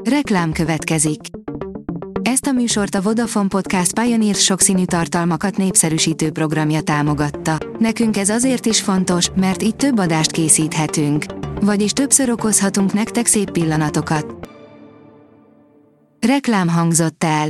Reklám következik. Ezt a műsort a Vodafone Podcast Pioneer sokszínű tartalmakat népszerűsítő programja támogatta. Nekünk ez azért is fontos, mert így több adást készíthetünk. Vagyis többször okozhatunk nektek szép pillanatokat. Reklám hangzott el.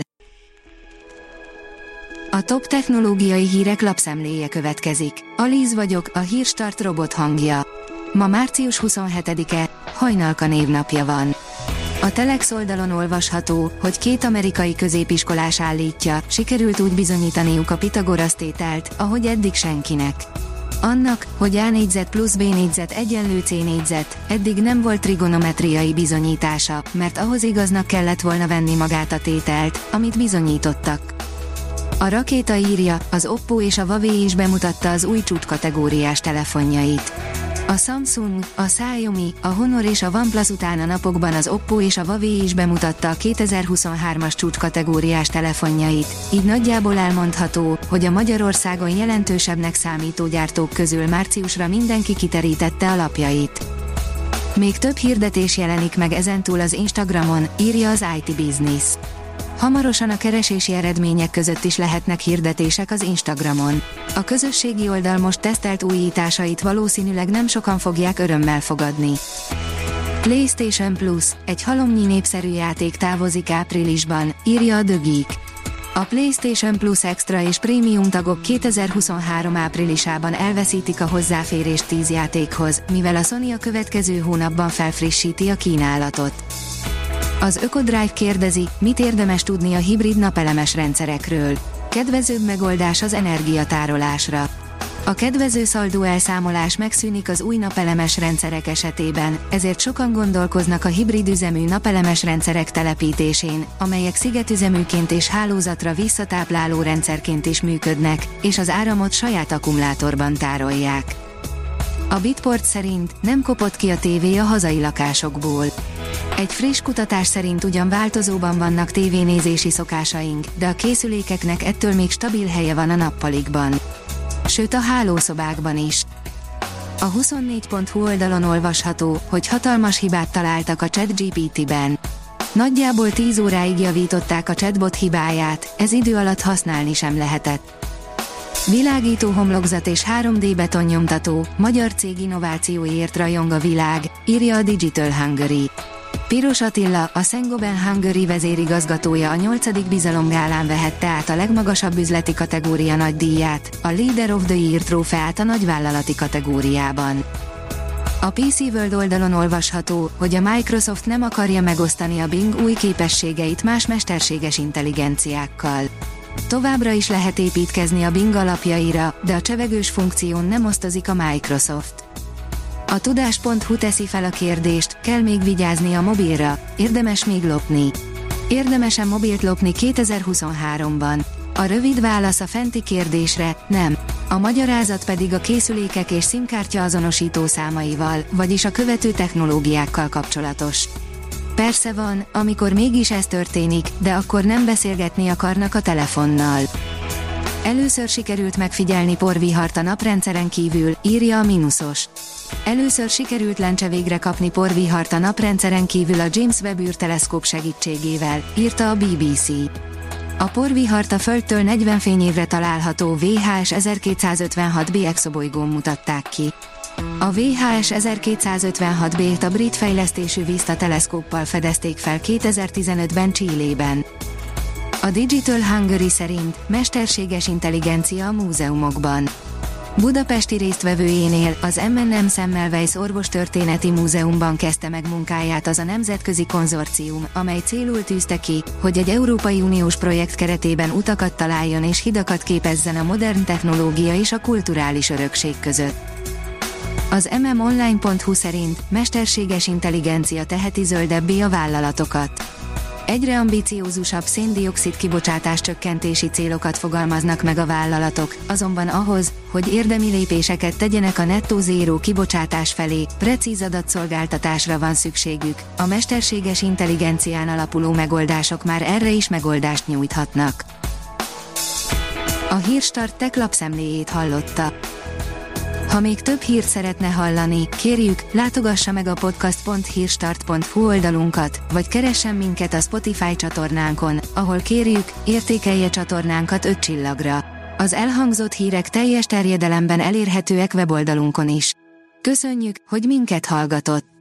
A top technológiai hírek lapszemléje következik. Alíz vagyok, a Hírstart robot hangja. Ma március 27-e, Hajnalka névnapja van. A Telex oldalon olvasható, hogy két amerikai középiskolás állítja, sikerült úgy bizonyítaniuk a Pitagorasz tételt, ahogy eddig senkinek. Annak, hogy A négyzet plusz B négyzet egyenlő C négyzet, eddig nem volt trigonometriai bizonyítása, mert ahhoz igaznak kellett volna venni magát a tételt, amit bizonyítottak. A Rakéta írja, az Oppo és a Huawei is bemutatta az új csúcskategóriás telefonjait. A Samsung, a Xiaomi, a Honor és a OnePlus után a napokban az Oppo és a Huawei is bemutatta a 2023-as csúcskategóriás telefonjait, így nagyjából elmondható, hogy a Magyarországon jelentősebbnek számító gyártók közül márciusra mindenki kiterítette a lapjait. Még több hirdetés jelenik meg ezentúl az Instagramon, írja az IT Business. Hamarosan a keresési eredmények között is lehetnek hirdetések az Instagramon. A közösségi oldal most tesztelt újításait valószínűleg nem sokan fogják örömmel fogadni. PlayStation Plus, egy halomnyi népszerű játék távozik áprilisban, írja a The Geek. A PlayStation Plus Extra és Premium tagok 2023 áprilisában elveszítik a hozzáférést 10 játékhoz, mivel a Sony a következő hónapban felfrissíti a kínálatot. Az Ökodrive kérdezi, mit érdemes tudni a hibrid napelemes rendszerekről. Kedvezőbb megoldás az energiatárolásra. A kedvező szaldó elszámolás megszűnik az új napelemes rendszerek esetében, ezért sokan gondolkoznak a hibrid üzemű napelemes rendszerek telepítésén, amelyek szigetüzeműként és hálózatra visszatápláló rendszerként is működnek, és az áramot saját akkumulátorban tárolják. A Bitport szerint nem kopott ki a tévé a hazai lakásokból. Egy friss kutatás szerint ugyan változóban vannak tévénézési szokásaink, de a készülékeknek ettől még stabil helye van a nappalikban. Sőt a hálószobákban is. A 24.hu oldalon olvasható, hogy hatalmas hibát találtak a ChatGPT-ben. Nagyjából 10 óráig javították a chatbot hibáját, ez idő alatt használni sem lehetett. Világító homlokzat és 3D betonnyomtató, magyar cég innovációért rajong a világ, írja a Digital Hungary. Piros Attila, a Saint-Gobain Hungary vezérigazgatója a 8. bizalomgálán vehette át a legmagasabb üzleti kategória nagydíját, a Leader of the Year trófeát a nagyvállalati kategóriában. A PC World oldalon olvasható, hogy a Microsoft nem akarja megosztani a Bing új képességeit más mesterséges intelligenciákkal. Továbbra is lehet építkezni a Bing alapjaira, de a csevegős funkción nem osztozik a Microsoft. A tudás.hu teszi fel a kérdést, kell még vigyázni a mobilra, érdemes még lopni. Érdemes-e mobilt lopni 2023-ban? A rövid válasz a fenti kérdésre, nem. A magyarázat pedig a készülékek és SIM-kártya azonosító számaival, vagyis a követő technológiákkal kapcsolatos. Persze van, amikor mégis ez történik, de akkor nem beszélgetni akarnak a telefonnal. Először sikerült megfigyelni porvihart a naprendszeren kívül, írja a Minusos. Először sikerült lencse végre kapni porvihart a naprendszeren kívül a James Webb űrteleszkóp segítségével, írta a BBC. A porvihart a Földtől 40 fényévre található VHS 1256b exobolygón mutatták ki. A VHS 1256b-t a brit fejlesztésű Vista teleszkóppal fedezték fel 2015-ben Chilében. A Digital Hungary szerint mesterséges intelligencia a múzeumokban. Budapesti résztvevőjénél, az M&M Semmelweis Orvostörténeti Múzeumban kezdte meg munkáját az a nemzetközi konzorcium, amely célul tűzte ki, hogy egy Európai Uniós projekt keretében utakat találjon és hidakat képezzen a modern technológia és a kulturális örökség között. Az mmonline.hu szerint mesterséges intelligencia teheti zöldebbé a vállalatokat. Egyre ambiciózusabb szén-dioxid kibocsátás csökkentési célokat fogalmaznak meg a vállalatok, azonban ahhoz, hogy érdemi lépéseket tegyenek a nettó zéró kibocsátás felé, precíz adatszolgáltatásra van szükségük, a mesterséges intelligencián alapuló megoldások már erre is megoldást nyújthatnak. A Hírstart Tech lapszemléjét hallotta. Ha még több hírt szeretne hallani, kérjük, látogassa meg a podcast.hírstart.hu oldalunkat, vagy keressen minket a Spotify csatornánkon, ahol kérjük, értékelje csatornánkat 5 csillagra. Az elhangzott hírek teljes terjedelemben elérhetőek weboldalunkon is. Köszönjük, hogy minket hallgatott!